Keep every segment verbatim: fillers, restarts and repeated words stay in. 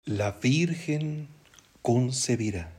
La Virgen concebirá.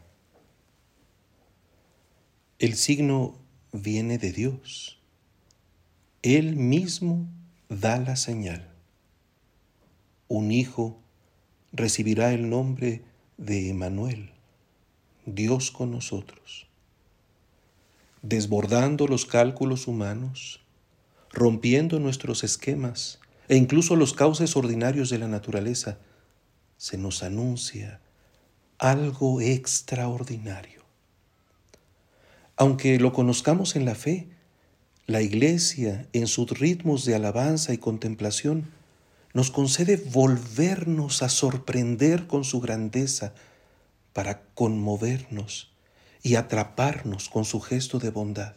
El signo viene de Dios. Él mismo da la señal. Un hijo recibirá el nombre de Emmanuel, Dios con nosotros. Desbordando los cálculos humanos, rompiendo nuestros esquemas e incluso los cauces ordinarios de la naturaleza, se nos anuncia algo extraordinario. Aunque lo conozcamos en la fe, la Iglesia, en sus ritmos de alabanza y contemplación, nos concede volvernos a sorprender con su grandeza para conmovernos y atraparnos con su gesto de bondad.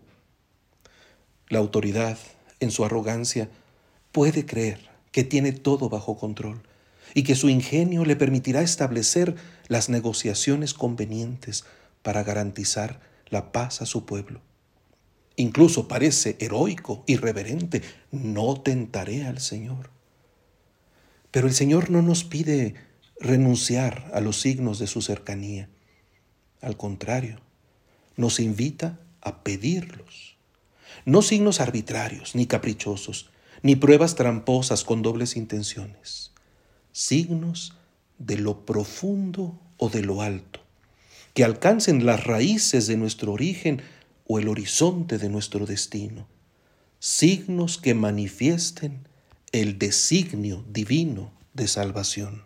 La autoridad, en su arrogancia, puede creer que tiene todo bajo control y que su ingenio le permitirá establecer las negociaciones convenientes para garantizar la paz a su pueblo. Incluso parece heroico, irreverente: no tentaré al Señor. Pero el Señor no nos pide renunciar a los signos de su cercanía. Al contrario, nos invita a pedirlos. No signos arbitrarios, ni caprichosos, ni pruebas tramposas con dobles intenciones. Signos de lo profundo o de lo alto, que alcancen las raíces de nuestro origen o el horizonte de nuestro destino. Signos que manifiesten el designio divino de salvación.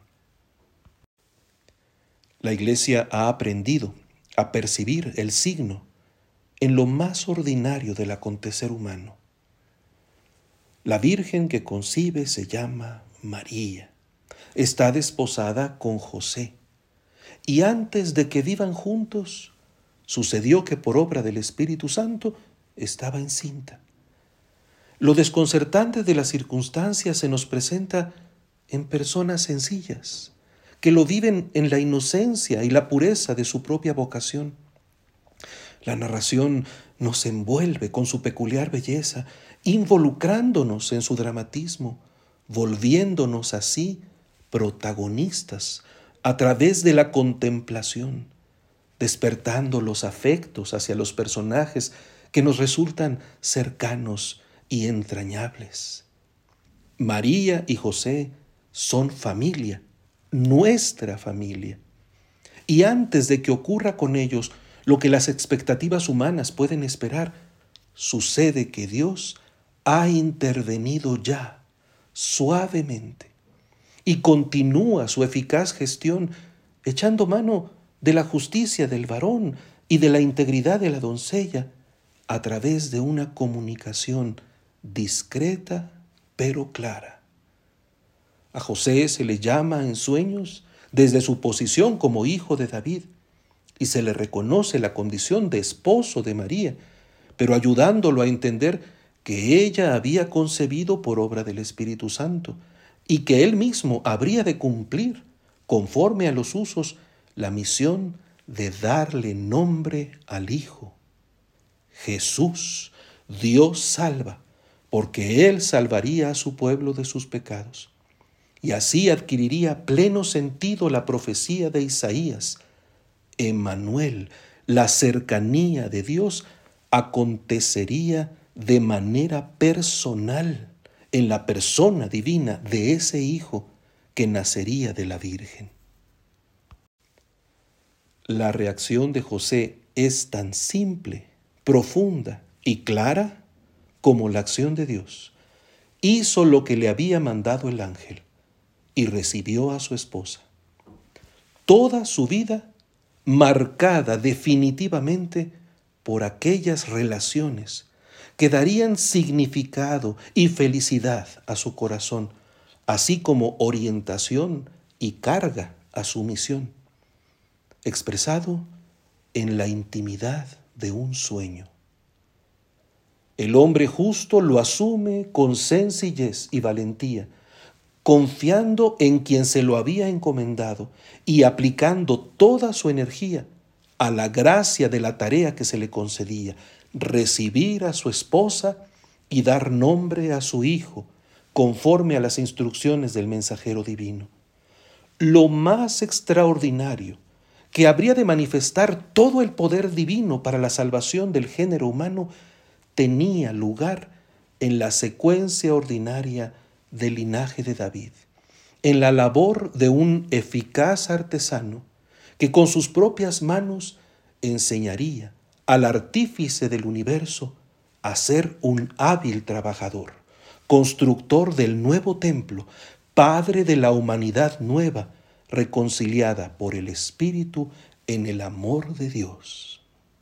La Iglesia ha aprendido a percibir el signo en lo más ordinario del acontecer humano. La Virgen que concibe se llama María. Está desposada con José. Y antes de que vivan juntos, sucedió que por obra del Espíritu Santo estaba encinta. Lo desconcertante de las circunstancias se nos presenta en personas sencillas, que lo viven en la inocencia y la pureza de su propia vocación. La narración nos envuelve con su peculiar belleza, involucrándonos en su dramatismo, volviéndonos así protagonistas a través de la contemplación, despertando los afectos hacia los personajes que nos resultan cercanos y entrañables. María y José son familia, nuestra familia. Y antes de que ocurra con ellos lo que las expectativas humanas pueden esperar, sucede que Dios ha intervenido ya, suavemente, y continúa su eficaz gestión echando mano de la justicia del varón y de la integridad de la doncella a través de una comunicación discreta pero clara. A José se le llama en sueños desde su posición como hijo de David y se le reconoce la condición de esposo de María, pero ayudándolo a entender que ella había concebido por obra del Espíritu Santo y que él mismo habría de cumplir, conforme a los usos, la misión de darle nombre al Hijo. Jesús, Dios salva, porque Él salvaría a su pueblo de sus pecados. Y así adquiriría pleno sentido la profecía de Isaías. Emmanuel, la cercanía de Dios, acontecería de manera personal en la persona divina de ese Hijo que nacería de la Virgen. La reacción de José es tan simple, profunda y clara como la acción de Dios. Hizo lo que le había mandado el ángel y recibió a su esposa. Toda su vida marcada definitivamente por aquellas relaciones que darían significado y felicidad a su corazón, así como orientación y carga a su misión, expresado en la intimidad de un sueño. El hombre justo lo asume con sencillez y valentía, confiando en quien se lo había encomendado y aplicando toda su energía a la gracia de la tarea que se le concedía, recibir a su esposa y dar nombre a su hijo, conforme a las instrucciones del mensajero divino. lo más extraordinario que habría de manifestar todo el poder divino para la salvación del género humano tenía lugar en la secuencia ordinaria del linaje de David, en la labor de un eficaz artesano que con sus propias manos enseñaría al artífice del universo a ser un hábil trabajador, constructor del nuevo templo, padre de la humanidad nueva, reconciliada por el Espíritu en el amor de Dios.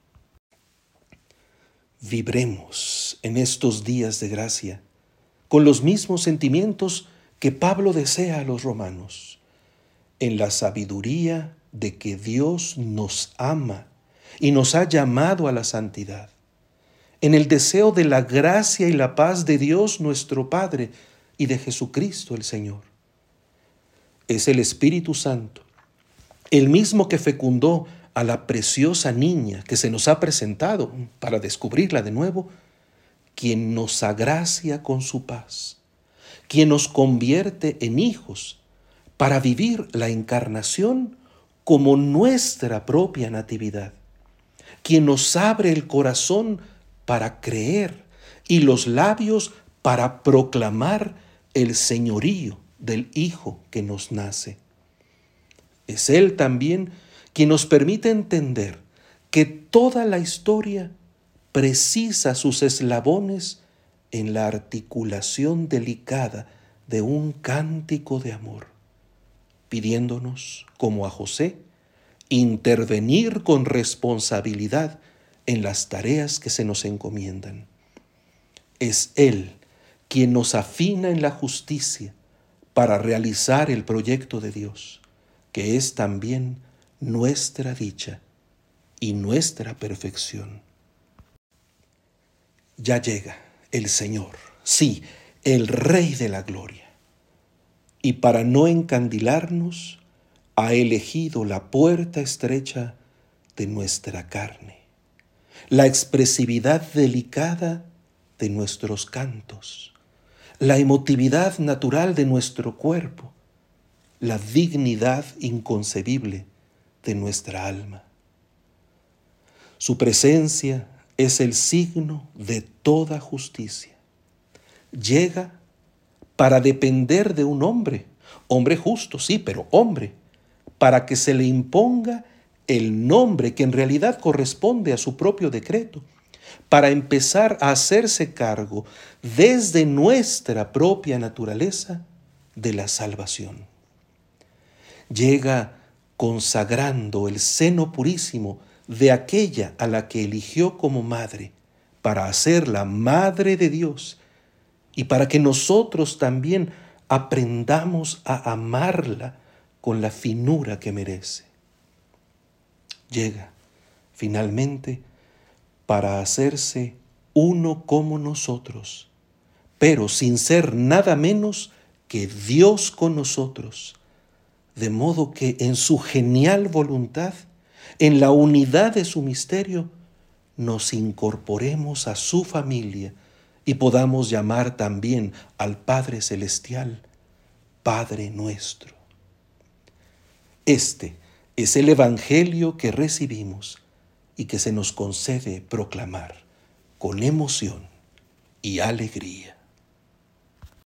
Vibremos en estos días de gracia con los mismos sentimientos que Pablo desea a los romanos, en la sabiduría de que Dios nos ama y nos ha llamado a la santidad, en el deseo de la gracia y la paz de Dios nuestro Padre y de Jesucristo el Señor. Es el Espíritu Santo, el mismo que fecundó a la preciosa niña que se nos ha presentado para descubrirla de nuevo, quien nos agracia con su paz, quien nos convierte en hijos para vivir la encarnación como nuestra propia natividad, quien nos abre el corazón para creer y los labios para proclamar el señorío del Hijo que nos nace. Es Él también quien nos permite entender que toda la historia precisa sus eslabones en la articulación delicada de un cántico de amor, pidiéndonos, como a José, intervenir con responsabilidad en las tareas que se nos encomiendan. Es Él quien nos afina en la justicia para realizar el proyecto de Dios, que es también nuestra dicha y nuestra perfección. Ya llega el Señor, sí, el Rey de la Gloria. Y para no encandilarnos, ha elegido la puerta estrecha de nuestra carne, la expresividad delicada de nuestros cantos, la emotividad natural de nuestro cuerpo, la dignidad inconcebible de nuestra alma. Su presencia es el signo de toda justicia. Llega para depender de un hombre, hombre justo, sí, pero hombre, para que se le imponga el nombre que en realidad corresponde a su propio decreto, para empezar a hacerse cargo desde nuestra propia naturaleza de la salvación. Llega consagrando el seno purísimo de aquella a la que eligió como madre, para hacerla madre de Dios y para que nosotros también aprendamos a amarla con la finura que merece. Llega, finalmente, para hacerse uno como nosotros, pero sin ser nada menos que Dios con nosotros, de modo que en su genial voluntad, en la unidad de su misterio, nos incorporemos a su familia y podamos llamar también al Padre Celestial Padre nuestro. Este es el Evangelio que recibimos y que se nos concede proclamar con emoción y alegría.